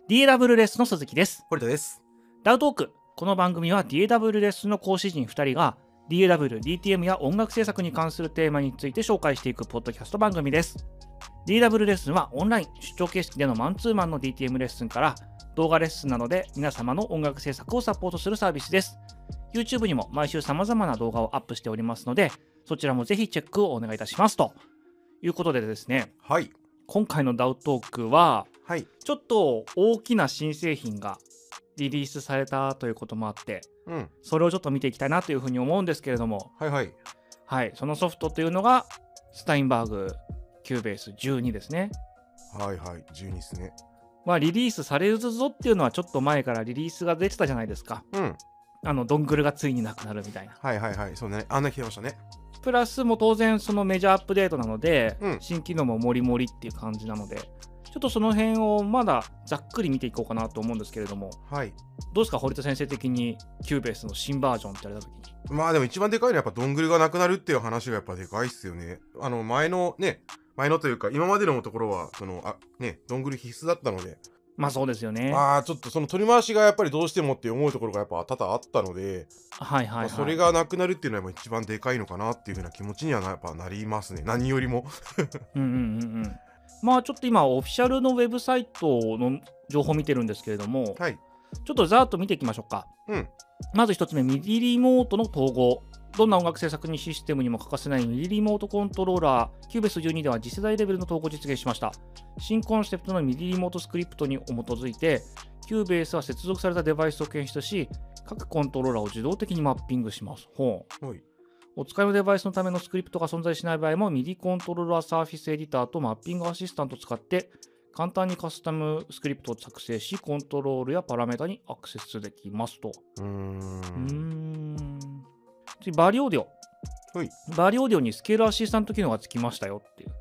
DAW レッスンの鈴木です。 堀田です。 ダウトーク。この番組は DAW レッスンの講師陣2人が DAW、DTM や音楽制作に関するテーマについて紹介していくポッドキャスト番組です。DAW レッスンはオンライン出張形式でのマンツーマンの DTM レッスンから動画レッスンなどで皆様の音楽制作をサポートするサービスです。YouTube にも毎週様々な動画をアップしておりますので、そちらもぜひチェックをお願いいたしますということでですね、 はい。 今回のダウトークははい。 ちょっと大きな新製品がリリースされたということもあって、それをちょっと見ていきたいなというふうに思うんですけれども、 はい。 そのソフトというのがスタインバーグキューベース12ですね。 12ですね。 リリースされるぞっていうのはちょっと前からリリースが出てたじゃないですか。ドングルがついになくなるみたいな。 そうね。あんな来てましたね。 プラスも当然そのメジャーアップデートなので、新機能もモリモリっていう感じなので、ちょっとその辺をまだざっくり見ていこうかなと思うんですけれども、どうですか堀田先生的にキューベースの新バージョンって言われた時に。 まあでも一番でかいのはやっぱドングルがなくなるっていう話がやっぱでかいっすよね。前のというか今までのところはドングル必須だったので、 まあそうですよね。 ちょっとその取り回しがやっぱりどうしてもって思うところがやっぱ多々あったので、それがなくなるっていうのは一番でかいのかなっていう風な気持ちにはやっぱなりますね。何よりもまあちょっと今オフィシャルのウェブサイトの情報を見てるんですけれども、ちょっとざーっと見ていきましょうか。まず一つ目、ミディリモートの統合。どんな音楽制作にシステムにも欠かせないミディリモートコントローラー、キューベース12では次世代レベルの統合を実現しました。新コンセプトのミディリモートスクリプトに基づいて、キューベースは接続されたデバイスを検出し、各コントローラーを自動的にマッピングします。お使いのデバイスのためのスクリプトが存在しない場合も MIDI コントローラーサーフィスエディターとマッピングアシスタントを使って簡単にカスタムスクリプトを作成しコントロールやパラメータにアクセスできますと。次バリオーディオ。バリオーディオにスケールアシスタント機能がつきましたよっていう。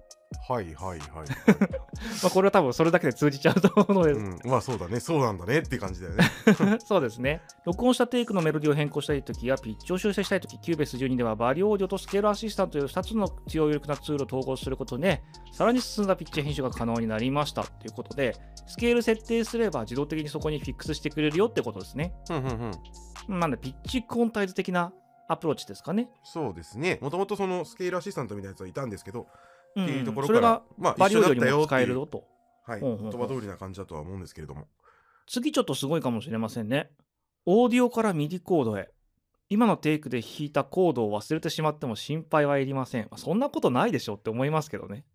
これは多分それだけで通じちゃうと思うので、 まあそうだね、そうなんだねっていう感じだよね。 そうですね。録音したテイクのメロディを変更したいときやピッチを修正したいとき、キューベース12ではバリオーディオとスケールアシスタントという2つの強い有力なツールを統合することで、さらに進んだピッチ編集が可能になりましたということで、スケール設定すれば自動的にそこにフィックスしてくれるよってことですね。なんでピッチコンタイズ的なアプローチですかね。 そうですね。もともとそのスケールアシスタントみたいなやつはいたんですけど、っていうところそれがバリオーディオにも使えるよよと。 言葉通りな感じだとは思うんですけれども。 次ちょっとすごいかもしれませんね。オーディオから MIDI コードへ。今のテイクで弾いたコードを忘れてしまっても心配はいりません。そんなことないでしょって思いますけどね。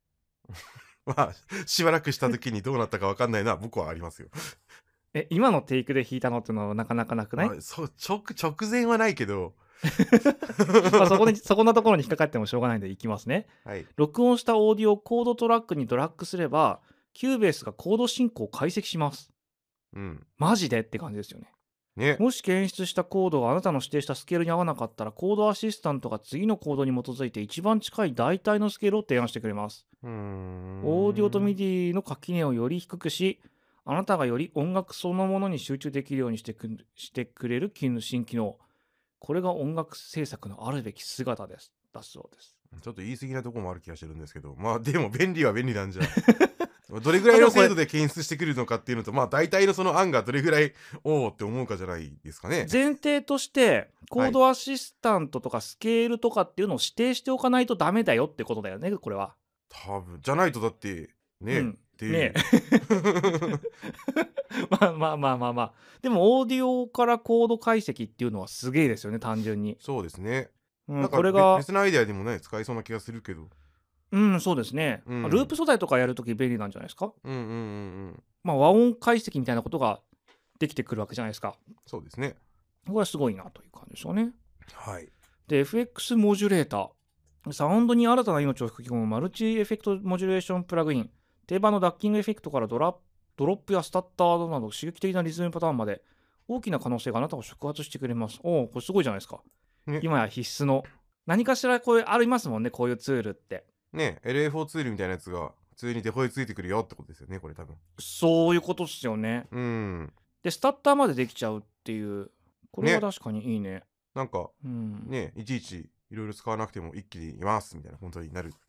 しばらくした時にどうなったか分かんないのは僕はありますよ。 今のテイクで弾いたのってのはなかなかなくない？ 直前はないけどそこのところに引っかかってもしょうがないんでいきますね。録音したオーディオをコードトラックにドラッグすればキューベースがコード進行を解析します。マジでって感じですよね。もし検出したコードがあなたの指定したスケールに合わなかったらコードアシスタントが次のコードに基づいて一番近い代替のスケールを提案してくれます。オーディオとミディの垣根をより低くし、あなたがより音楽そのものに集中できるようにしてくれる新機能。これが音楽制作のあるべき姿です。だそうです。 ちょっと言い過ぎなところもある気がしてるんですけど、でも便利は便利なんじゃどれぐらいの精度で検出してくるのかっていうのと、大体のその案がどれぐらいおおって思うかじゃないですかね。 前提としてコードアシスタントとかスケールとかっていうのを指定しておかないとダメだよってことだよね、これは。 多分じゃないとだってっていうでもオーディオからコード解析っていうのはすげえですよね、単純に。 そうですね。 これが別のアイデアにもね使えそうな気がするけど。 そうですね。ループ素材とかやるとき便利なんじゃないですか。和音解析みたいなことができてくるわけじゃないですか。 そうですね。 これはすごいなという感じですよね。 はい。 で、FX モジュレーター。サウンドに新たな命を吹き込むマルチエフェクトモジュレーションプラグイン。定番のダッキングエフェクトからドロップやスタッターなど刺激的なリズムパターンまで大きな可能性があなたを触発してくれます。これすごいじゃないですか。今や必須の何かしらこういうありますもんね、こういうツールって。 LA4 ツールみたいなやつが普通にデフォでついてくるよってことですよね、これ多分。 そういうことっすよね。で、スタッターまでできちゃうっていう。これは確かにいいね。 なんか、いちいちいろいろ使わなくても一気にいますみたいな本当になるっていう。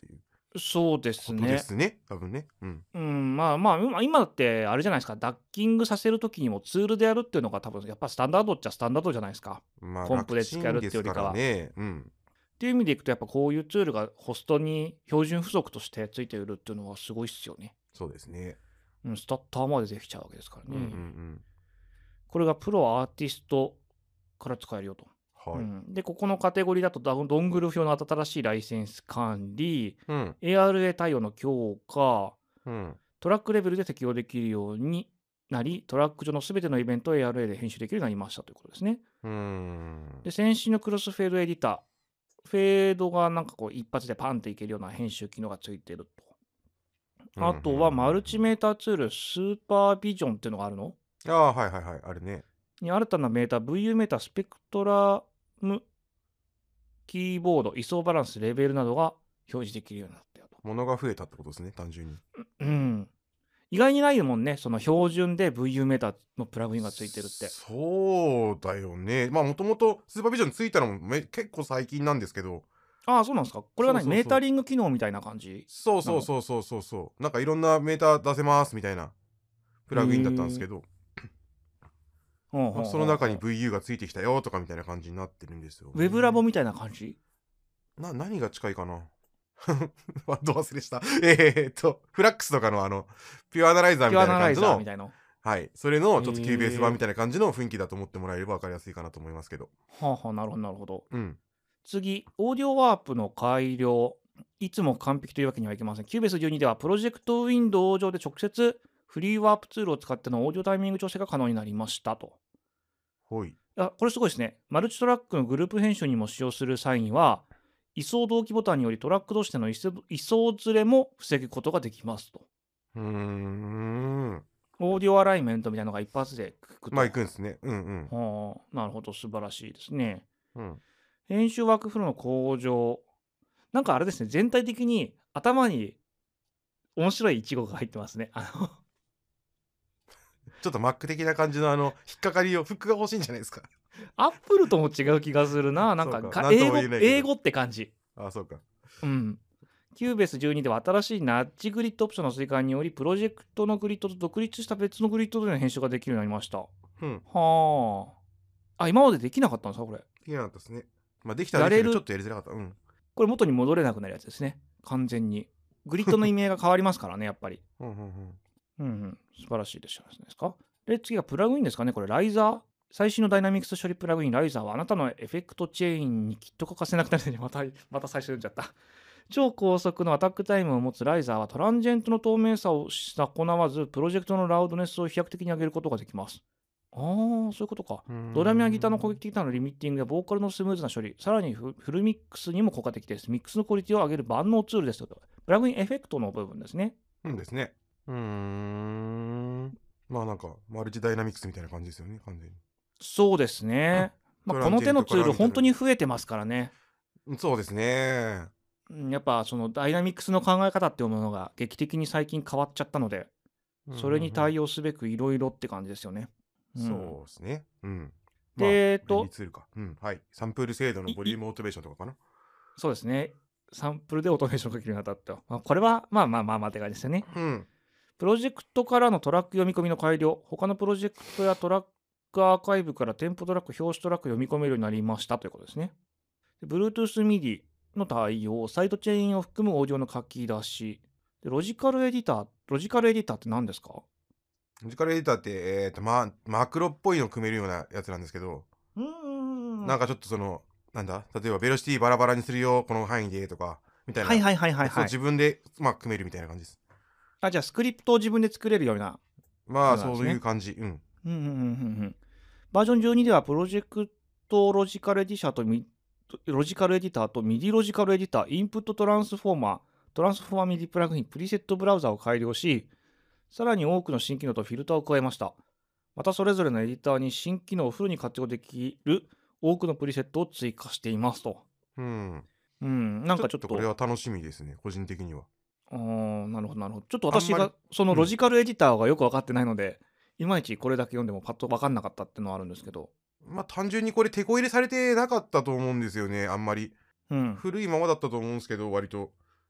そうですことでね。 すね、多分ね。 まあまあ、今だってあれじゃないですか、ダッキングさせる時にもツールでやるっていうのが多分やっぱスタンダードっちゃスタンダードじゃないですか。 まあ、 コンプ楽で使えるっちんですかていうよりかは。 らね。 っていう意味でいくとやっぱこういうツールがホストに標準付属としてついているっていうのはすごいっすよね。 そうですね。 スタッターまでできちゃうわけですからうんうんうね。 ん。 これがプロアーティストから使えるよと。 はい。 で、ここのカテゴリーだとドングル表の新しいライセンス管理、 うん。 ARA 対応の強化、 うん。 トラックレベルで適用できるようになり、トラック上のすべてのイベントを ARA で編集できるようになりましたということですね。で、先進のクロスフェードエディター。フェードがなんかこう一発でパンっていけるような編集機能がついてると。あとはマルチメーターツール、スーパービジョンっていうのがあるのああ、はいはいはい。あるね。 に新たなメーター、VU メーター、スペクトラム、キーボード、位相バランス、レベルなどが表示できるようになったよと。 物が増えたってことですね、単純に。 意外にないもんね、その標準で VU メーターのプラグインがついてるって。 そうだよね。まあ、もともとスーパービジョンついたのも結構最近なんですけど。 ああ、そうなんですか。これは何、 そうそうそうメータリング機能みたいな感じ？ そうそうそうそうそうそう。なんかいろんなメーター出せますみたいなプラグインだったんですけど、その中に VU がついてきたよとかみたいな感じになってるんですよ、ね。 ウェブラボみたいな感じ？ 何が近いかなど忘れした。フラックスとかのピュアアナライザーみたいな感じの、 みたいな。 はい。それのちょっとキューベース版みたいな感じの雰囲気だと思ってもらえれば分かりやすいかなと思いますけど。 なるほど、なるほど。 うん。 次、オーディオワープの改良。いつも完璧というわけにはいきません。キューベース12ではプロジェクトウィンドウ上で直接フリーワープツールを使ってのオーディオタイミング調整が可能になりましたと。 ほい。 これすごいですね。マルチトラックのグループ編集にも使用する際には、位相同期ボタンによりトラック同士での位相ずれも防ぐことができますと。オーディオアライメントみたいなのが一発でくくと。 まあ行くんですね。 なるほど、素晴らしいですね。 うん。 編集ワークフローの向上。なんかあれですね、全体的に頭に面白いイチゴが入ってますね。 ちょっと Mac 的な感じの引っかかりを、フックが欲しいんじゃないですか。 アップルとも違う気がするな。なんか英語って感じ。 あ、そうか。 キューベース12では新しいナッジグリッドオプションの追加により、プロジェクトのグリッドと独立した別のグリッドでの編集ができるようになりました。今までできなかったんですか、これ。 できなかったですね。まあ、できたらできたけどちょっとやりづらかった。 これ元に戻れなくなるやつですね。完全に。グリッドの意味合いが変わりますからね、やっぱり。素晴らしいですか。で、次がプラグインですかね。これ、ライザー。最新のダイナミクス処理プラグイン、ライザーはあなたのエフェクトチェーンにきっと欠かせなくなるので、また最初読んじゃった。超高速のアタックタイムを持つライザーはトランジェントの透明さを損なわず、プロジェクトのラウドネスを飛躍的に上げることができます。そういうことか。ドラムやギターの攻撃的なのリミッティングやボーカルのスムーズな処理、さらにフルミックスにも効果的です。ミックスのクオリティを上げる万能ツールですと。プラグインエフェクトの部分ですね。 ですね。まあなんか、マルチダイナミクスみたいな感じですよね、完全に。 そうですね。この手のツール、本当に増えてますからね。 そうですね。 やっぱそのダイナミクスの考え方っていうものが劇的に最近変わっちゃったので、それに対応すべくいろいろって感じですよね。 そうですね。 で、 ツールか。はい。サンプル精度のボリュームオートメーションとかかな。 そうですね。サンプルでオートメーションかけるようになったと。これはまあって感じですよね。プロジェクトからのトラック読み込みの改良。他のプロジェクトやトラックアーカイブからテンポトラック、表紙トラック読み込めるようになりましたということですね。Bluetooth MIDI の対応、サイドチェーンを含むオーディオの書き出し。ロジカルエディターって何ですか？ ロジカルエディターって、マクロっぽいの組めるようなやつなんですけど、なんかちょっと例えばベロシティバラバラにするよ、この範囲でとか、みたいな。自分で、組めるみたいな感じです。 じゃあスクリプトを自分で作れるような。 そういう感じ。 バージョン12ではプロジェクトロジカルエディターとミディロジカルエディター、インプットトランスフォーマーミディプラグイン、プリセットブラウザを改良し、さらに多くの新機能とフィルターを加えました。またそれぞれのエディターに新機能をフルに活用できる多くのプリセットを追加していますと。なんかちょっとこれは楽しみですね、個人的には。 なるほど。ちょっと私がそのロジカルエディターがよく分かってないので、いまいちこれだけ読んでもパッと分かんなかったっていうのはあるんですけど。 単純にこれ手こ入れされてなかったと思うんですよね、あんまり。古いままだったと思うんですけど、割と。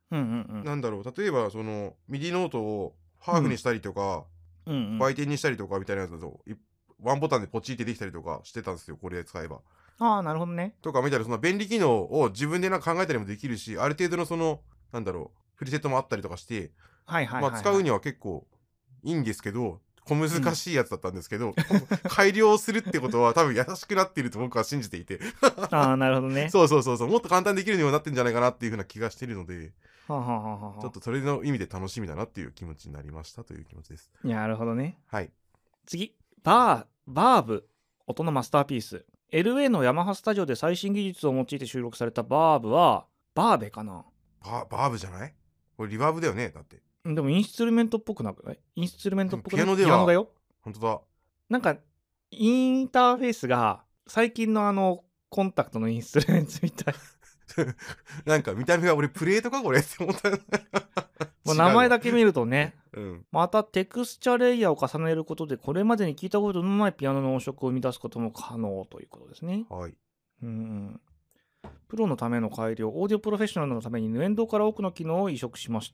なんだろう、例えばそのミディノートをハーフにしたりとか、売店にしたりとかみたいなやつだとワンボタンでポチってできたりとかしてたんですよ、これで使えば。 ああ、なるほどね。 とかみたいな、その便利機能を自分で考えたりもできるし、ある程度のそのなんだろう、プリセットもあったりとかして、使うには結構いいんですけど、小難しいやつだったんですけど、改良するってことは多分優しくなっていると僕は信じていてああ、なるほどね。 そう、もっと簡単にできるようになってんじゃないかなっていう風な気がしているので、ちょっとそれの意味で楽しみだなっていう気持ちになりましたという気持ちです。 なるほどね。 はい。 次、バーブ、音のマスターピース。LA のヤマハスタジオで最新技術を用いて収録されたバーブは、バーベかな？ バーブじゃない？これリバーブだよね、だって。 でもインストゥルメントっぽくなくない？インストゥルメントっぽくない？ ピアノでは。 だよ。 本当だ。 なんか、インターフェースが最近のコンタクトのインストゥルメントみたい。 なんか見た目が俺プレートかこれって思った。 もう名前だけ見るとね、 うん、 またテクスチャレイヤーを重ねることでこれまでに聞いたことのないピアノの音色を生み出すことも可能ということですね。 はい。 プロのための改良、オーディオプロフェッショナルのためにヌエンドから多くの機能を移植しました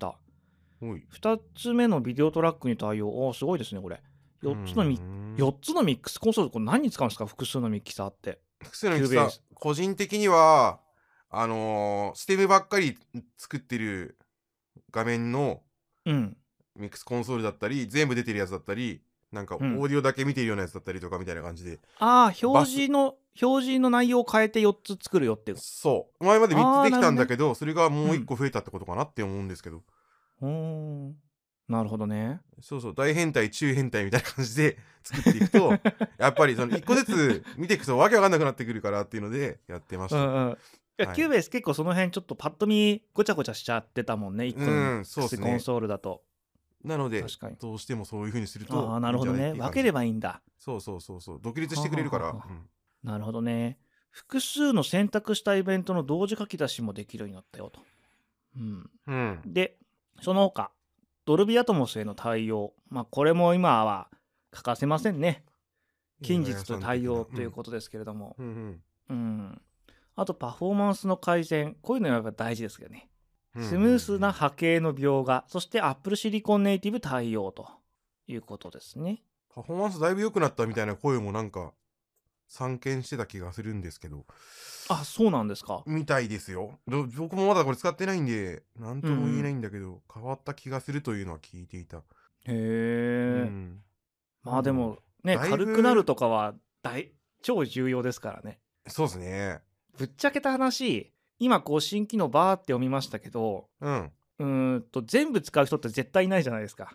。2つ目のビデオトラックに対応。すごいですねこれ。4つのミックスコンソール、これ何に使うんですか？複数のミキサーって。 複数のミキサー、個人的にはステムばっかり作ってる画面のミックスコンソールだったり、全部出てるやつだったり、なんかオーディオだけ見てるようなやつだったりとかみたいな感じで、 表示の内容を変えて4つ作るよっていう。 そう、前まで3つできたんだけど、それがもう1個増えたってことかなって思うんですけど。 なるほどね。 そう、大変態中変態みたいな感じで作っていくとやっぱりその1個ずつ見ていくとわけわかんなくなってくるからっていうのでやってました。 キューベース結構その辺ちょっとパッと見ごちゃごちゃしちゃってたもんね、1個のミックスコンソールだと。 なのでどうしてもそういう風にするとなるほどね、分ければいいんだ。 そう独立してくれるから。 なるほどね。複数の選択したイベントの同時書き出しもできるようになったよと。でその他ドルビーアトモスへの対応、これも今は欠かせませんね。近日と対応ということですけれども、あとパフォーマンスの改善、こういうのはやっぱ大事ですよね。スムースな波形の描画、そして Apple シリコンネイティブ対応ということですね。 パフォーマンスだいぶ良くなったみたいな声もなんか散見してた気がするんですけど。 そうなんですか。 みたいですよ。僕もまだこれ使ってないんで何とも言えないんだけど、変わった気がするというのは聞いていた。 へえ。でもね、軽くなるとかは超重要ですからね。 そうですね。 ぶっちゃけた話、今新機能バーって読みましたけど、全部使う人って絶対いないじゃないですか。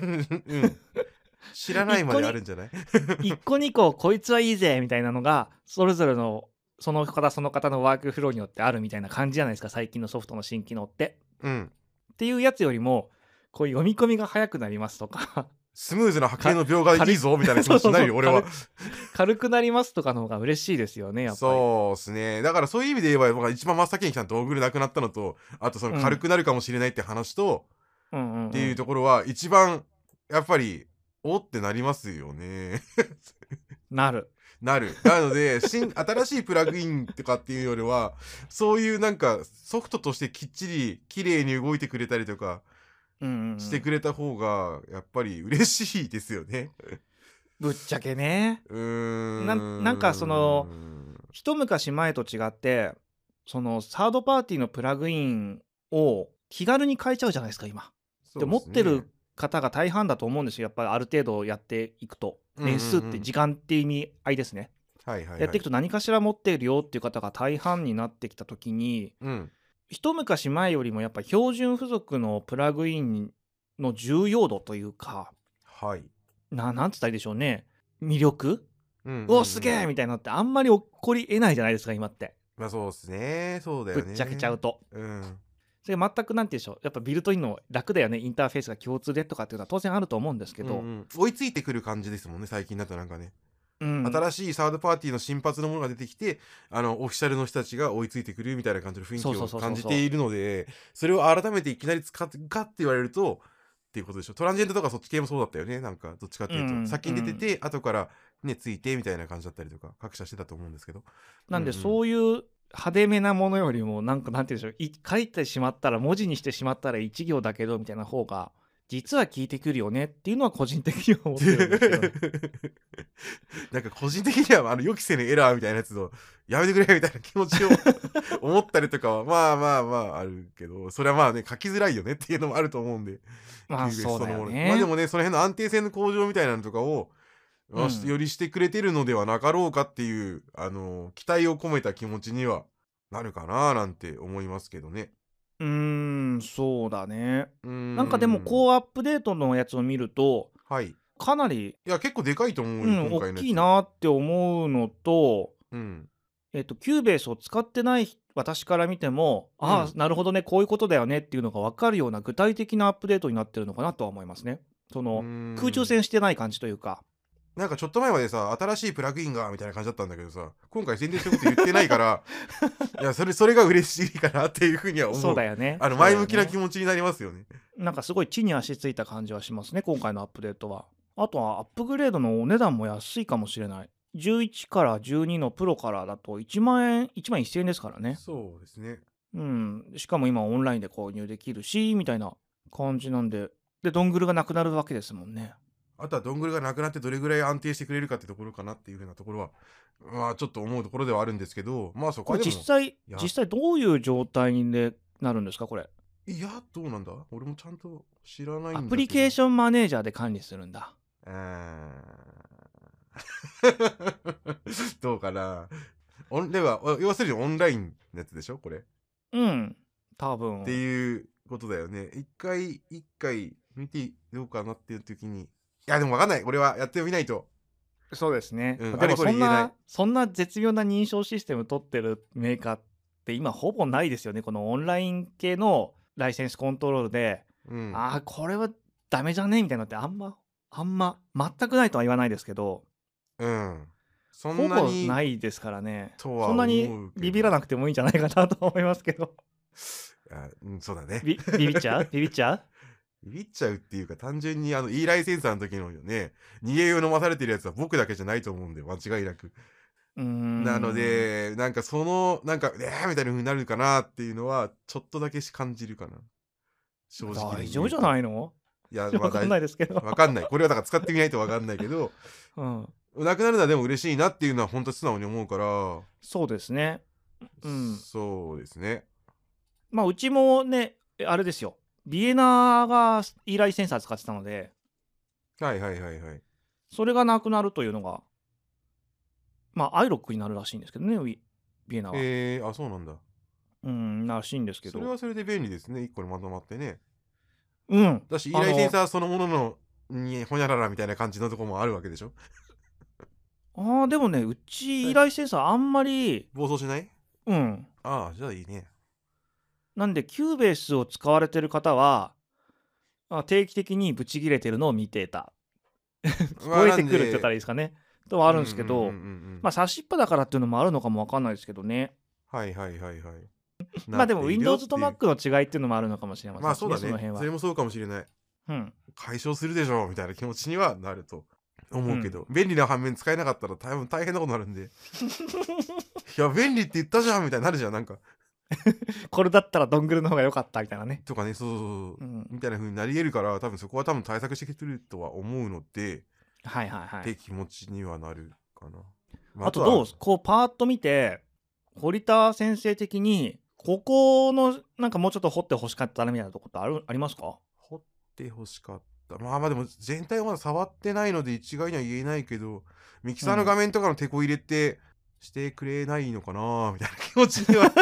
知らないまであるんじゃない ？1個2個こいつはいいぜみたいなのがそれぞれのその方のワークフローによってあるみたいな感じじゃないですか、最近のソフトの新機能って。っていうやつよりもこう読み込みが早くなりますとかスムーズな波形の描画でいいぞみたいな気持ちになるよ俺は。 軽くなりますとかの方が嬉しいですよね、やっぱり。 そうですね。だからそういう意味で言えば一番真っ先に来たドーグルなくなったのと、あとその軽くなるかもしれないって話と、っていうところは一番やっぱりおってなりますよね。なる。なので新しいプラグインとかっていうよりは、そういうなんかソフトとしてきっちり綺麗に動いてくれたりとかしてくれた方がやっぱり嬉しいですよね。 ぶっちゃけね。なんかその一昔前と違ってそのサードパーティーのプラグインを気軽に変えちゃうじゃないですか今。で持ってる方が大半だと思うんですよ、やっぱりある程度やっていくと。年数って時間って意味合いですね。やっていくと何かしら持っているよっていう方が大半になってきた時に、一昔前よりもやっぱ標準付属のプラグインの重要度というか、なんつったらいいでしょうね、魅力、すげえみたいなのってあんまり起こり得ないじゃないですか今って。 そうですね。そうだよね。 ぶっちゃけちゃうと。それ全くなんて言うんでしょう、やっぱビルトインの楽だよね、インターフェースが共通でとかっていうのは当然あると思うんですけど、 追いついてくる感じですもんね最近だと。なんかね、新しいサードパーティーの新発のものが出てきて、オフィシャルの人たちが追いついてくるみたいな感じの雰囲気を感じているので、それを改めていきなり使ってかって言われるとっていうことでしょ。トランジェントとかそっち系もそうだったよね。なんかどっちかっていうと、先に出てて後からねついてみたいな感じだったりとか各社してたと思うんですけど、 なんでそういう派手めなものよりもなんて言うんでしょう、書いてしまったら文字にしてしまったら1行だけどみたいな方が実は効いてくるよねっていうのは個人的には思ってるんですけど、ね、 なんか個人的には予期せぬエラーみたいなやつをやめてくれみたいな気持ちを思ったりとかはまああるけど、それはまあね書きづらいよねっていうのもあると思うんで、 まあそうだよね。 まあでもね、その辺の安定性の向上みたいなのとかを、よりしてくれてるのではなかろうかっていう期待を込めた気持ちにはなるかななんて思いますけどね。 そうだね。なんかでもこうアップデートのやつを見ると、 はい、 かなり、 いや結構でかいと思うよ、今回のやつ。 大きいなって思うのと、キューベースを使ってない私から見ても、なるほどね、こういうことだよねっていうのが分かるような具体的なアップデートになってるのかなとは思いますね。その空中戦してない感じというか。 なんかちょっと前までさ、新しいプラグインがみたいな感じだったんだけどさ、今回全然そういうこと言ってないからいやそれが嬉しいかなっていうふうには思う。 そうだよね。 前向きな気持ちになりますよね。 なんかすごい地に足ついた感じはしますね、今回のアップデートは。あとはアップグレードのお値段も安いかもしれない。11から12のプロからだと1万円、1万1000円ですからね。 そうですね。 しかも今オンラインで購入できるし、みたいな感じなんで。で、ドングルがなくなるわけですもんね。 あとはドングルがなくなってどれぐらい安定してくれるかってところかなっていうふうなところは、まあちょっと思うところではあるんですけど、まあそこはでも実際どういう状態になるんですか、これ。 いや、どうなんだ、俺もちゃんと知らないんだけど。 アプリケーションマネージャーで管理するんだ。 どうかな。では要するにオンラインのやつでしょこれ。 多分っていうことだよね。一回見てどうかなっていう時に、いやでも分かんない、俺はやってみないと。 そうですね、でもそんな絶妙な認証システム取ってるメーカーって今ほぼないですよね。このオンライン系のライセンスコントロールで、これはダメじゃねみたいなのってあんま全くないとは言わないですけど、そんなにほぼないですからね。そんなにビビらなくてもいいんじゃないかなと思いますけどそうだね。 ビビっちゃうビビっちゃうっていうか、単純にE ライセンサーの時のね、逃げ湯を飲まされてるやつは僕だけじゃないと思うんで、間違いなく。なので、なんかみたいな風になるかなっていうのは、ちょっとだけ感じるかな。 正直。大丈夫じゃないの？いや、わかんないですけど。 わかんない。これはだから使ってみないとわかんないけど、なくなるのはでも嬉しいなっていうのは本当素直に思うから。 そうですね。 そうですね。 まあうちもね、あれですよ、ビエナが E ライセンサー使ってたので、それがなくなるというのがまあアイロックになるらしいんですけどね、ビエナは。 そうなんだ。 らしいんですけど、 それはそれで便利ですね、1個にまとまってね。だし E ライセンサーそのもののにほにゃららみたいな感じのとこもあるわけでしょでもね、うち E ライセンサーあんまり暴走しない？ じゃあいいね。 なんでキューベースを使われてる方は定期的にブチ切れてるのを見てた聞こえてくるって言ったらいいですかねとはあるんですけど、差しっぱだからっていうのもあるのかもわかんないですけどね。まあでも Windows と Mac の違いっていうのもあるのかもしれませんね。 まあそうだね。それもそうかもしれない。解消するでしょみたいな気持ちにはなると思うけど、便利な反面使えなかったら多分大変なことになるんでいや便利って言ったじゃんみたいになるじゃん。なんかこれだったらドングルの方が良かったみたいなねとかね、そうみたいな風になり得るから、多分そこは対策してくるとは思うので、って気持ちにはなるかな。 あとどうこうパーッと見て堀田先生的にここのなんかもうちょっと掘ってほしかったなみたいなとこってありますか？ 掘ってほしかった、まあでも全体はまだ触ってないので一概には言えないけど、ミキサーの画面とかのテこ入れってしてくれないのかなみたいな気持ちには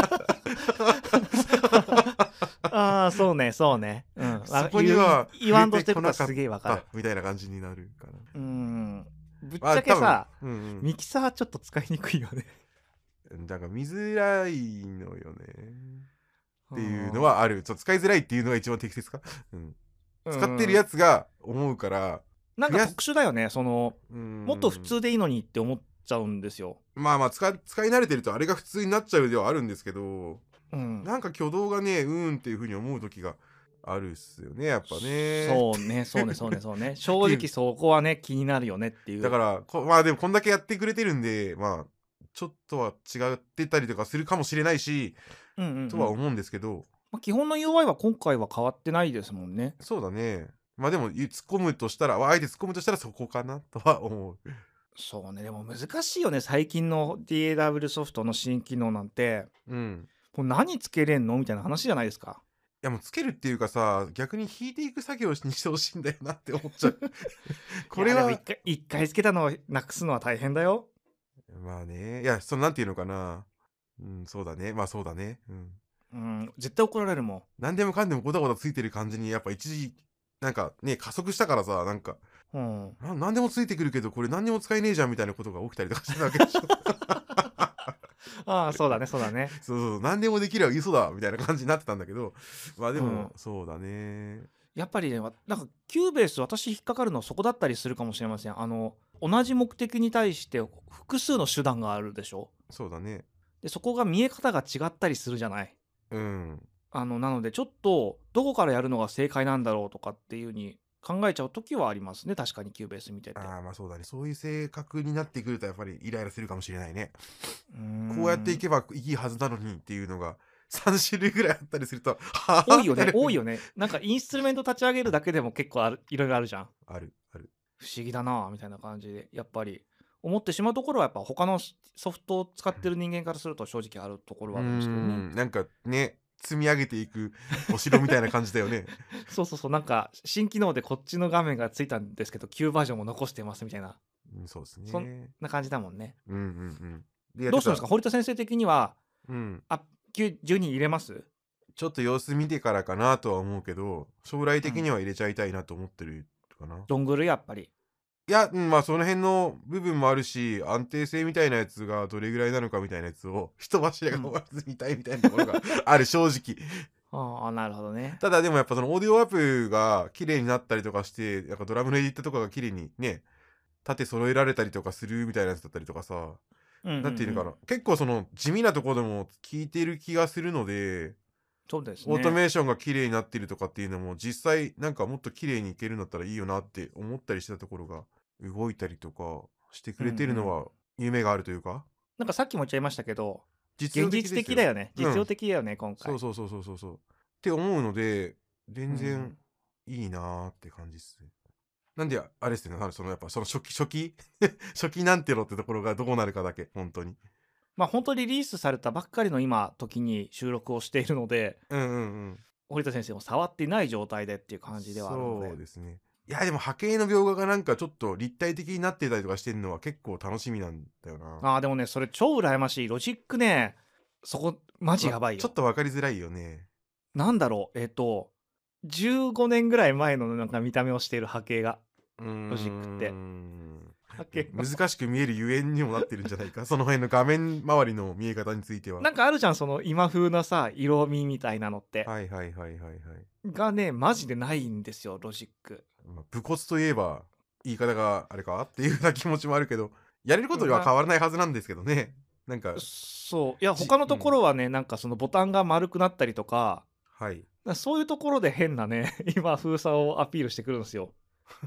そうねそこには言わんとしてるのすげえわかるみたいな感じになるかな。 ぶっちゃけさ、ミキサーちょっと使いにくいよねだから見づらいのよねっていうのはある。使いづらいっていうのが一番適切か、使ってるやつが思うから、 なんか特殊だよね。もっと普通でいいのにって思っちゃうんですよ。 まあ使い慣れてるとあれが普通になっちゃうではあるんですけど、なんか挙動がねっていう風に思う時があるっすよね、やっぱね。 そうね正直そこはね気になるよねっていう。 だからまあでもこんだけやってくれてるんで、まあちょっとは違ってたりとかするかもしれないし、とは思うんですけど、 基本の UI は今回は変わってないですもんね。 そうだね。でも突っ込むとしたら、あえて突っ込むとしたらそこかなとは思う。 そうね、でも難しいよね、最近の DAW ソフトの新機能なんて。もう何つけれんのみたいな話じゃないですか。 いやもうつけるっていうかさ、逆に弾いていく作業にしてほしいんだよなって思っちゃう。 これは一回つけたのをなくすのは大変だよ。 まあね、いや、なんていうのかな。そうだね。そうだね。 絶対怒られるもん。 何でもかんでもゴタゴタついてる感じに、やっぱ一時、なんかね、加速したからさ、なんか、何でもついてくるけど、これ何にも使えねえじゃんみたいなことが起きたりとかしてたわけでしょ。 ああ、そうだね、そうだね。 そう何でもできれば嘘だみたいな感じになってたんだけど、でも、そうだね。 やっぱりね、なんかキューベース、私引っかかるのはそこだったりするかもしれません。同じ目的に対して複数の手段があるでしょ。 そうだね。 で、そこが見え方が違ったりするじゃない。なのでちょっとどこからやるのが正解なんだろうとかっていう風に考えちゃう時はありますね、確かにキューベース見てて。 そうだね。そういう性格になってくるとやっぱりイライラするかもしれないね。こうやっていけばいいはずなのにっていうのが3種類ぐらいあったりすると、 多いよね、多いよね。なんかインストゥルメント立ち上げるだけでも結構いろいろあるじゃん。 ある。 不思議だなみたいな感じで、やっぱり思ってしまうところはやっぱ他のソフトを使ってる人間からすると正直あるところはあるんですけどね。 なんかね、積み上げていくお城みたいな感じだよね。 そう、なんか新機能でこっちの画面がついたんですけど旧バージョンも残してますみたいな、 そうですね。 そんな感じだもんね。 でどうするんですか、堀田先生的には。12入れます？ ちょっと様子見てからかなとは思うけど、将来的には入れちゃいたいなと思ってるかな。 ドングルやっぱり。 いや、その辺の部分もあるし、安定性みたいなやつがどれぐらいなのかみたいなやつを人柱が終わらず見たいみたいなところがある、正直。 なるほどね。 ただでもやっぱそのオーディオアップが綺麗になったりとかして、なんかドラムのエディットとかが綺麗にね、縦揃えられたりとかするみたいなやつだったりとかさ、なんていうのかな、結構その地味なところでも聞いてる気がするので、 そうですね、 オートメーションが綺麗になってるとかっていうのも実際なんかもっと綺麗にいけるんだったらいいよなって思ったりしてたところが、動いたりとかしてくれてるのは夢があるというか、 なんかさっきも言っちゃいましたけど、 現実的だよね、実用的だよね、今回。 そうって思うので、全然いいなーって感じっすね。なんであれっすね、そのやっぱその初期初期なんてろってところがどうなるかだけ、本当に。 本当リリースされたばっかりの今時に収録をしているので、堀田先生も触っていない状態でっていう感じではあるので。 そうですね。いやでも波形の描画がなんかちょっと立体的になってたりとかしてるのは結構楽しみなんだよな。 でもね、それ超羨ましい。ロジックね、そこマジやばいよ。 ちょっと分かりづらいよね。 なんだろう、15年ぐらい前のなんか見た目をしている波形が、ロジックって。 難しく見えるゆえんにもなってるんじゃないか。その辺の画面周りの見え方については。 なんかあるじゃん、その今風なさ、色味みたいなのって。がね、マジでないんですよ、ロジック。 武骨といえば、言い方があれかっていうような気持ちもあるけど、やれることは変わらないはずなんですけどね。なんか。 そう。いや、他のところはね、なんかそのボタンが丸くなったりとか、そういうところで変なね、今風さをアピールしてくるんですよ。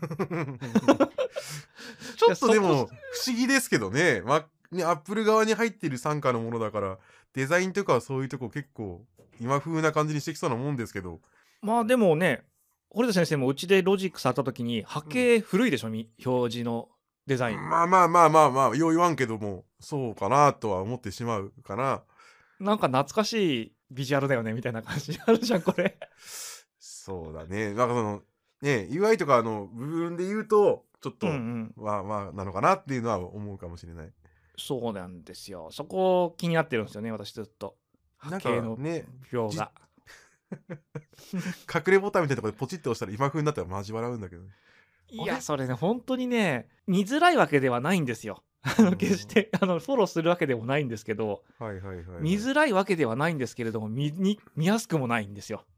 ちょっとでも不思議ですけどね。アップル側に入ってる傘下のものだから、デザインとかはそういうとこ結構今風な感じにしてきそうなもんですけど。 でもね、堀田先生もうちでロジックされた時に波形古いでしょ、表示のデザイン。 よう言わんけども、そうかなとは思ってしまうかな。 なんか懐かしいビジュアルだよねみたいな感じあるじゃん、これ。 そうだね。なんかその、ね、UI とかの部分で言うと、ちょっと、なのかなっていうのは思うかもしれない。 そうなんですよ。そこ気になってるんですよね、私ずっと。波形の表が。 隠れボタンみたいなところでポチッと押したら今風になったらマジ笑うんだけどね。 いや、それね、本当にね、見づらいわけではないんですよ。決してフォローするわけでもないんですけど、見づらいわけではないんですけれども、見やすくもないんですよ。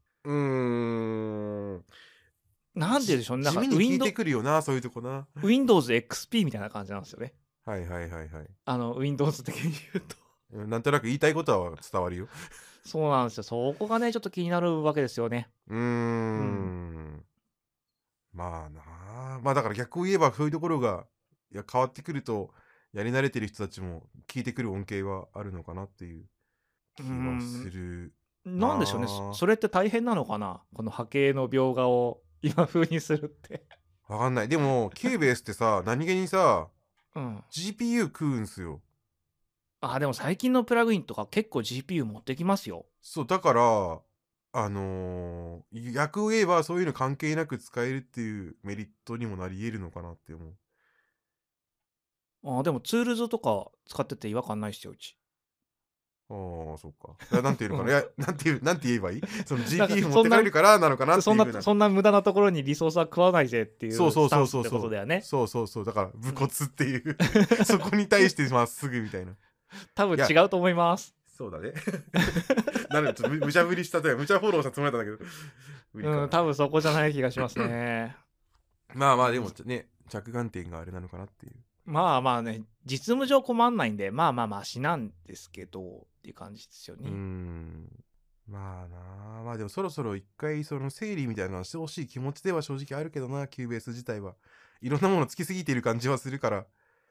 なんででしょうね。 地味に聞いてくるよな、そういうとこな。 Windows XP みたいな感じなんですよね。Windows 的に言うと。 なんとなく言いたいことは伝わるよ。 そうなんですよ。そこがね、ちょっと気になるわけですよね。 まあなあ。だから逆を言えばそういうところが変わってくると、 やり慣れてる人たちも聞いてくる恩恵はあるのかなっていう気はする。 なんでしょうね。それって大変なのかな、この波形の描画を今風にするってわかんない。でもキューベースってさ、何気にさ、 うん、 GPU 食うんすよ。 でも最近のプラグインとか結構 GPU 持ってきますよ。 そうだから逆を言えばそういうの関係なく使えるっていうメリットにもなり得るのかなって思う。でもツールズとか使ってて違和感ないっすよ、うち。 ああ、そうか。なんていうのかな。いや、なんて言えばいいその GPU 持ってかれるからなのかなっていう風な。 そんな無駄なところにリソースは食わないぜっていうそうスタンスってことだよね。 だから、武骨っていう、そこに対してまっすぐみたいな。 多分違うと思います。 そうだね。なので、ちょっと無茶ぶりしたというか、無茶フォローしたつもりだったんだけど。多分そこじゃない気がしますね。 まあまあ、でもね、着眼点があれなのかなっていう。 まあまあね、実務上困んないんで、まあまあマシなんですけど、っていう感じですよね。 まあなあ、まあでもそろそろ一回その整理みたいなのはしてほしい気持ちでは正直あるけどな、キューベース自体はいろんなものつきすぎている感じはするから。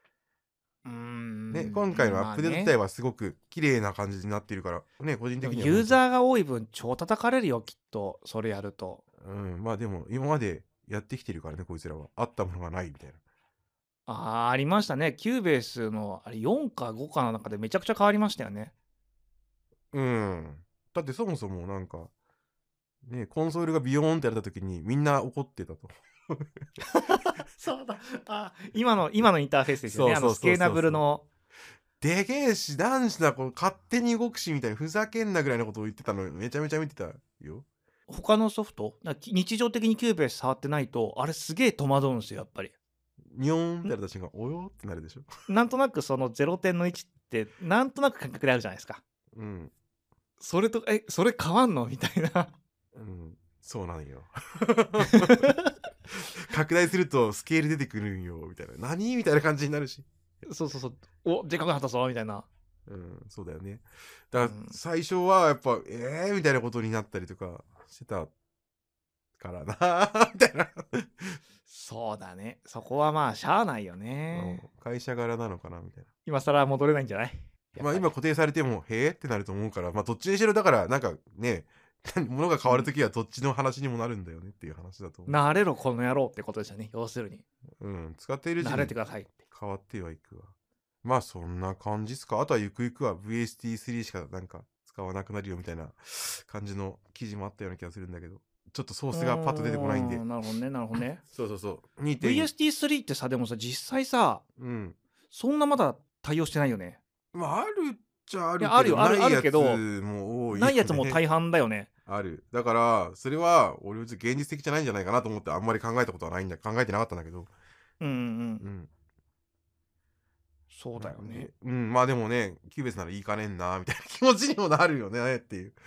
ね、今回のアップデート自体はすごく綺麗な感じになっているからね、個人的にはユーザーが多い分超叩かれるよ、きっとそれやると。 まあでも今までやってきてるからね、こいつらはあったものがないみたいな。 ありましたね。キューベースのあれ4か5かの中でめちゃくちゃ変わりましたよね。 だってそもそもなんかね、コンソールがビヨーンってやれた時にみんな怒ってたと。 そうだ。今のインターフェースですよね。スケーナブルの。 でけえし、男子だ、こう勝手に動くしみたいな、ふざけんなぐらいのことを言ってたのめちゃめちゃ見てたよ。 他のソフト日常的にキューベース触ってないと、あれすげえ戸惑うんですよ、やっぱり。 ニョーンってやるた瞬間、およってなるでしょ。 なんとなくその0点の位置って、なんとなく感覚であるじゃないですか。それと、それ変わんのみたいな。 そうなんよ。拡大するとスケール出てくるんよ、みたいな。何みたいな感じになるし。 そう。でかくなったぞ、みたいな。 そうだよね。だから最初はやっぱ、みたいなことになったりとかしてたからな、みたいな。 そうだね。そこはまあ、しゃあないよね。 会社柄なのかな、みたいな。 今更戻れないんじゃない？ まあ今固定されても、へえってなると思うから、まあどっちにしろだからなんかね、物が変わるときはどっちの話にもなるんだよねっていう話だと思う。 慣れろこの野郎ってことですよね、要するに。 使っているうちに慣れてくださいって変わってはいくわ。まあそんな感じっすか。あとはゆくゆくは VST3 しかなんか使わなくなるよみたいな感じの記事もあったような気がするんだけど、ちょっとソースがパッと出てこないんで。 なるほどね。 そう。 VST3 ってさ、でもさ、実際さ、そんなまだ対応してないよね。 まああるっちゃあるけど、 あるけど、 も多いよね。 ないやつも大半だよね。 ある。だからそれは俺現実的じゃないんじゃないかなと思ってあんまり考えたことはないんだ。考えてなかったんだけど。 そうだよね。 まあでもね、キューベースならいいかねんなみたいな気持ちにもなるよねっていう。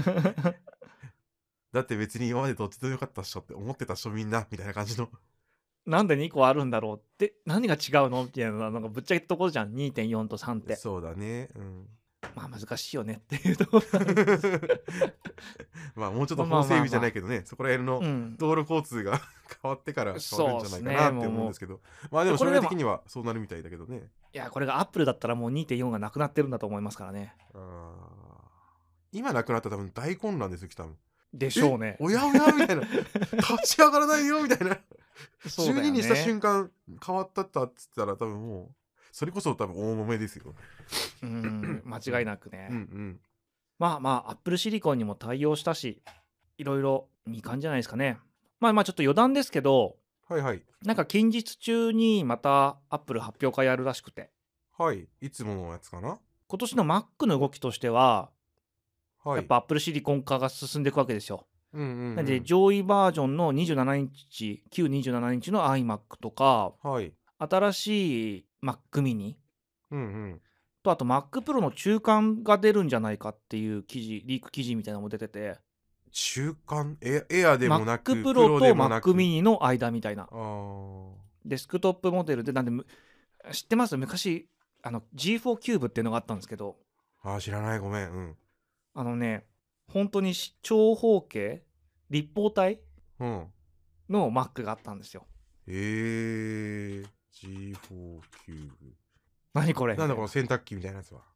だって別に今までどっちでもよかったっしょって思ってたっしょみんなみたいな感じの。 なんで2個あるんだろうって、何が違うのみたいな、なんかぶっちゃけたところじゃん、2.4 と3って。 そうだね。 まあ難しいよねっていうところなんです。 まあもうちょっと法整備じゃないけどね、そこら辺の道路交通が変わってから変わるんじゃないかなって思うんですけど、まあでも将来的にはそうなるみたいだけどね。 いや、これがアップルだったらもう 2.4 がなくなってるんだと思いますからね。 今なくなったら多分大混乱ですよ、多分。 でしょうね。 おやおやみたいな。立ち上がらないよみたいな。12にした瞬間変わったったっつったら多分もうそれこそ多分大揉めですよ。 間違いなくね。まあアップルシリコンにも対応したし、いろいろいい感じじゃないですかね。まあちょっと余談ですけど、なんか近日中にまたアップル発表会やるらしくて。 いつものやつかな。 今年の Mac の動きとしては、やっぱアップルシリコン化が進んでいくわけですよ。なんで上位バージョンの27インチ、旧27インチの iMac とか、新しい Mac mini、とあと Mac Pro の中間が出るんじゃないかっていうリーク記事みたいなのも出てて、 中間エアでもなく Mac Pro と Mac mini の間みたいなデスクトップモデルで、なんで知ってます？昔G4 キューブっていうのがあったんですけど。 知らない、ごめん。 本当に長方形立方体の Mac があったんですよ。 G4 キューブ。 何これなんだこの洗濯機みたいなやつは。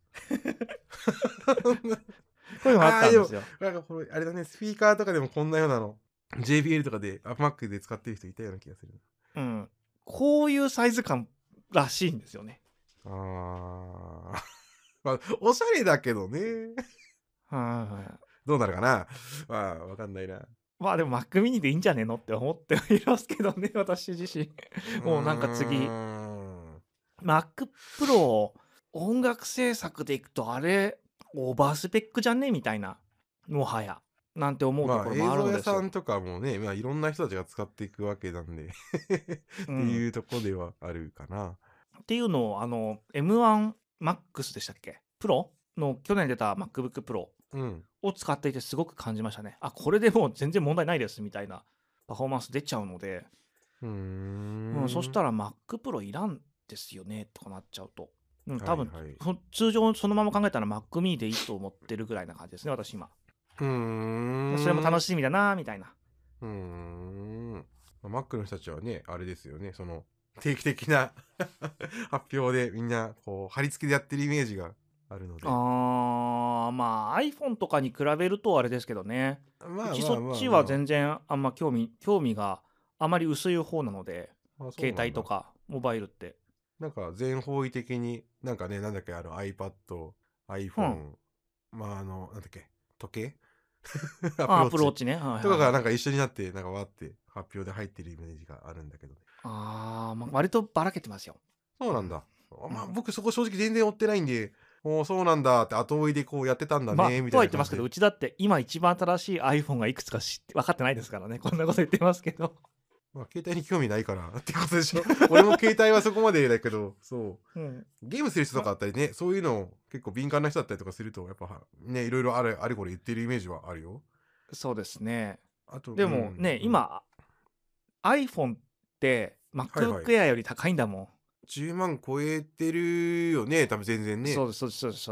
こういうのあったんですよ。 なんかこれあれだね、スピーカーとかでもこんなようなの JBL とかで Mac で使ってる人いたような気がする。 うん。こういうサイズ感らしいんですよね。 あまあ、おしゃれだけどね。 はい。 どうなるかな。まあ、わかんないな。 まあでも Mac mini でいいんじゃねえのって思ってはいますけどね、私自身。もうなんか次、Mac Pro 音楽制作でいくとあれ、オーバースペックじゃねみたいな、もはや。なんて思うところもあるんですよ。 映像屋さんとかもね、まあ、いろんな人たちが使っていくわけなんでっていうとこではあるかな。 っていうのをM1MAX でしたっけプロの去年出た MacBook Pro を使っていてすごく感じましたね。あ、これでもう全然問題ないですみたいなパフォーマンス出ちゃうので、そしたら Mac Pro いらんですよねとかなっちゃうと。多分、通常そのまま考えたら Mac mini でいいと思ってるぐらいな感じですね、私今。それも楽しみだなみたいな。 Mac の人たちはね、あれですよね、その定期的な発表でみんなこう貼り付けでやってるイメージがあるので。 まあ iPhone とかに比べるとあれですけどね。うちそっちは全然あんま興味があまり薄い方なので、携帯とかモバイルって。 なんか全方位的になんかね、なんだっけ、iPad、iPhone、なんだっけ、時計アプローチね。 とかがなんか一緒になって、なんかわって発表で入ってるイメージがあるんだけどね。 割とばらけてますよ。 そうなんだ。まあ僕そこ正直全然追ってないんで、そうなんだって後追いでこうやってたんだねみたいな。 とは言ってますけど、うちだって今一番新しい iPhone がいくつか分かってないですからね。こんなこと言ってますけど。 まあ携帯に興味ないからってことでしょ。俺も携帯はそこまでだけど、そう。ゲームする人とかあったりね、そういうの結構敏感な人だったりとかすると、やっぱね、いろいろあれこれ言ってるイメージはあるよ。 そうですね。でもね、今 iPhone って MacBook Air より高いんだもん。 10万超えてるよね、多分全然ね。 そうです。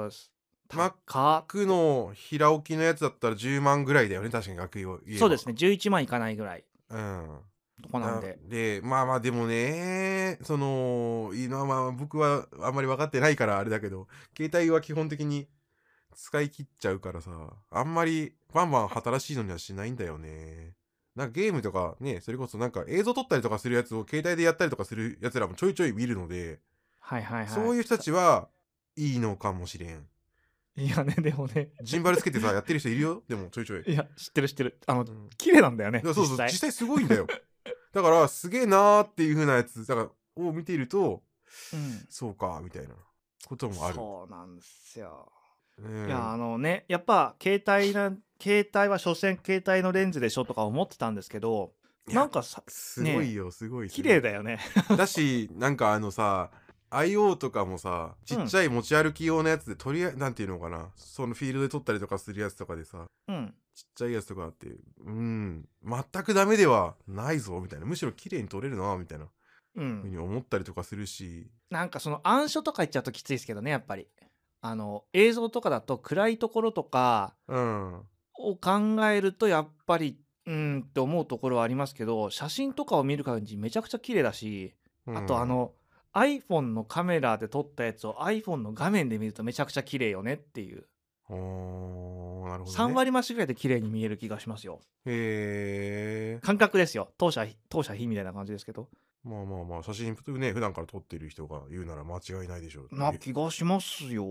Mac の平置きのやつだったら10万ぐらいだよね、確かに額を言えば。 そうですね、11万いかないぐらい。とこなんで。 まあでもね、僕はあんまり分かってないからあれだけど、携帯は基本的に使い切っちゃうからさ、あんまりバンバン新しいのにはしないんだよね。なんかゲームとかね、それこそなんか映像撮ったりとかするやつを携帯でやったりとかするやつらもちょいちょい見るので、そういう人たちはいいのかもしれん。 いやね、でもね。 ジンバルつけてさ、やってる人いるよ。でもちょいちょい。 いや、知ってる。綺麗なんだよね。 そう実際すごいんだよ。だからすげえなーっていう風なやつを見ていると、そうかみたいなこともある。 そうなんですよ。いややっぱ携帯は所詮携帯のレンズでしょとか思ってたんですけど、なんかすごいよ、すごい綺麗だよね。 だし、なんかIO とかもさ、ちっちゃい持ち歩き用のやつでなんていうのかな、そのフィールドで撮ったりとかするやつとかでさ、ちっちゃいやつとかあって、全くダメではないぞみたいな、むしろ綺麗に撮れるなみたいなふうに思ったりとかするし、 なんかその暗所とか言っちゃうときついですけどね、やっぱり映像とかだと暗いところとかを考えるとやっぱりって思うところはありますけど、写真とかを見る感じめちゃくちゃ綺麗だし、あとiPhone のカメラで撮ったやつを iPhone の画面で見るとめちゃくちゃ綺麗よねっていう。 なるほどね、 3割増しぐらいで綺麗に見える気がしますよ。感覚ですよ。当社非みたいな感じですけど。 まあ写真ね、普段から撮ってる人が言うなら間違いないでしょう。 な気がしますよ。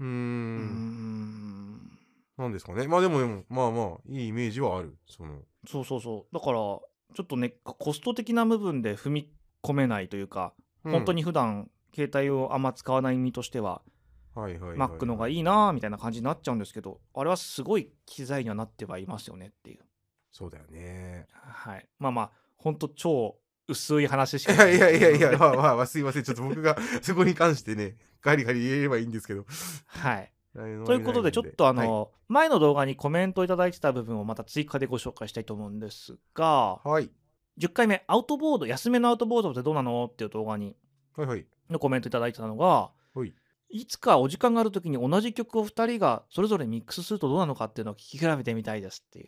なんですかね。まあでもまあいいイメージはある。そうだからちょっとね、コスト的な部分で踏み込めないというか、本当に普段携帯をあんま使わない身としては、Mac のがいいなみたいな感じになっちゃうんですけど、あれはすごい機材にはなってはいますよねっていう。 そうだよね。 はい。まあ本当超薄い話しかない。 いやまあすいません、ちょっと僕がそこに関してねガリガリ言えればいいんですけど。 はい。ということでちょっと前の動画にコメントいただいてた部分をまた追加でご紹介したいと思うんですが、10回目アウトボード、安めのアウトボードってどうなのっていう動画にのコメントいただいてたのが、いつかお時間がある時に同じ曲を2人がそれぞれミックスするとどうなのかっていうのを聞き比べてみたいですっていう。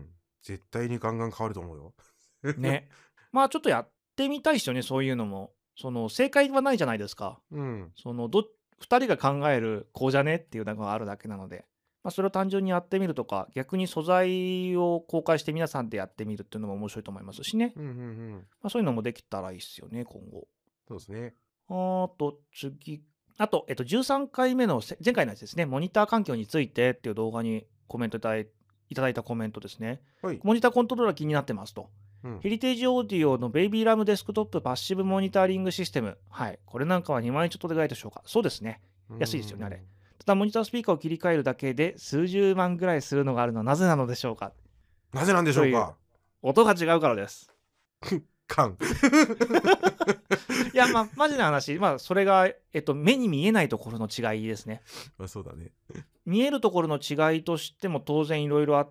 絶対にガンガン変わると思うよ。 ね。まあちょっとやってみたいですよね、そういうのも。 その正解はないじゃないですか。その2人が考えるこうじゃねっていうのがあるだけなので、それを単純にやってみるとか、逆に素材を公開して皆さんでやってみるっていうのも面白いと思いますしね。そういうのもできたらいいっすよね、今後。 そうですね。 次。13回目の前回のやつですね、モニター環境についてっていう動画にコメントいただいたコメントですね。モニターコントローラー気になってますと。ヘリテージオーディオのベイビーラムデスクトップパッシブモニタリングシステム。はい。これなんかは2万円ちょっとでぐらいでしょうか。そうですね。安いですよね、あれ。ただ、モニタースピーカーを切り替えるだけで数十万ぐらいするのがあるのはなぜなのでしょうか。 なぜなんでしょうか。 音が違うからです。いや、マジな話、それが、目に見えないところの違いですね。 そうだね。 見えるところの違いとしても当然いろいろあって、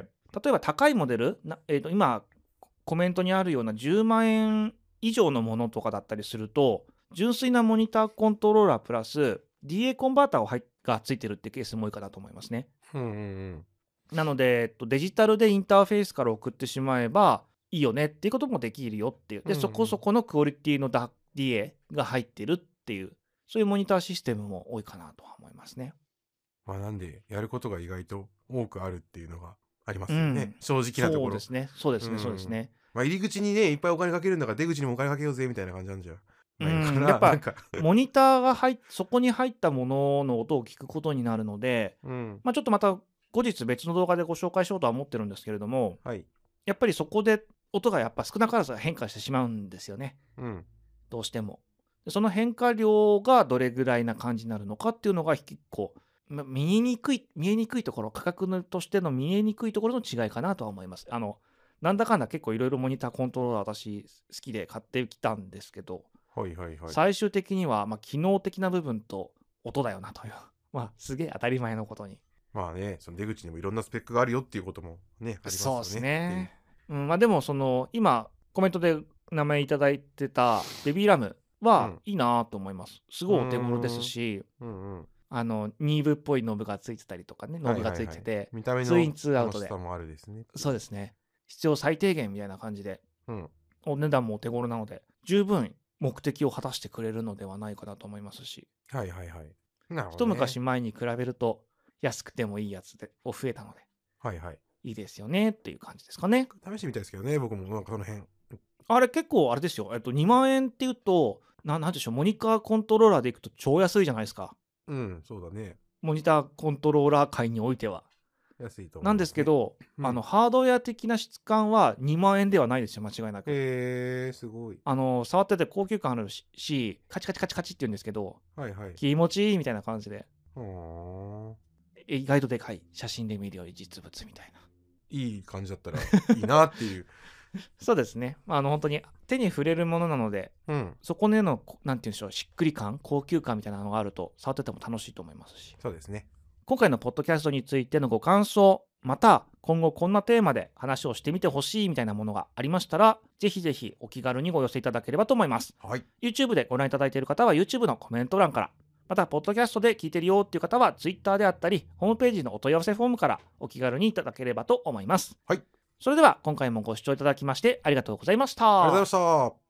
例えば高いモデル、今、コメントにあるような10万円以上のものとかだったりすると、純粋なモニターコントローラープラス DA コンバーターがついてるってケースも多いかなと思いますね。なので、デジタルでインターフェースから送ってしまえばいいよねっていうこともできるよっていう。で、そこそこのクオリティの DA が入ってるっていう、そういうモニターシステムも多いかなとは思いますね。 なんで、やることが意外と多くあるっていうのがありますよね。正直なところ。 そうですね。 入り口にね、いっぱいお金かけるんだから出口にもお金かけようぜみたいな感じなんじゃやっぱモニターがそこに入ったものの音を聞くことになるので、ちょっとまた後日別の動画でご紹介しようとは思ってるんですけれども、やっぱりそこで音がやっぱ少なからず変化してしまうんですよね。どうしても。その変化量がどれぐらいな感じになるのかっていうのが結構見えにくいところ、価格としての見えにくいところの違いかなとは思います。なんだかんだ結構いろいろモニターコントローラー私好きで買ってきたんですけど、最終的には機能的な部分と音だよなというすげえ当たり前のことに。 その出口にもいろんなスペックがあるよっていうこともね、ありますよね。 そうですね。でも今コメントで名前いただいてたベビーラムはいいなと思います。すごいお手頃ですし、ニーブっぽいノブがついてたりとかね、ノブがついてて、 見た目のツインツーアウトで。 そうですね。必要最低限みたいな感じで、お値段もお手頃なので、十分目的を果たしてくれるのではないかなと思いますし。一昔前に比べると安くてもいいやつで増えたので、いいですよねっていう感じですかね。 試してみたいですけどね、僕もその辺。 あれ結構あれですよ。2万円っていうと、なんでしょう、モニターコントローラーでいくと超安いじゃないですか。 そうだね。 モニターコントローラー界においては。 安いと思う、 なんですけど、ハードウェア的な質感は2万円ではないですよ、間違いなく。 すごい。 触ってて高級感あるし、カチカチカチカチって言うんですけど、気持ちいいみたいな感じで。意外とでかい。写真で見るより実物みたいな。 いい感じだったらいいなっていう。 そうですね。本当に手に触れるものなので、そこでのなんていうんでしょう、しっくり感、高級感みたいなのがあると触ってても楽しいと思いますし。 そうですね。 今回のポッドキャストについてのご感想、また今後こんなテーマで話をしてみてほしいみたいなものがありましたら、ぜひぜひお気軽にご寄せいただければと思います。YouTube でご覧いただいている方は YouTube のコメント欄から、またポッドキャストで聞いてるよっていう方は Twitter であったり、ホームページのお問い合わせフォームからお気軽にいただければと思います。それでは今回もご視聴いただきましてありがとうございました。 ありがとうございました。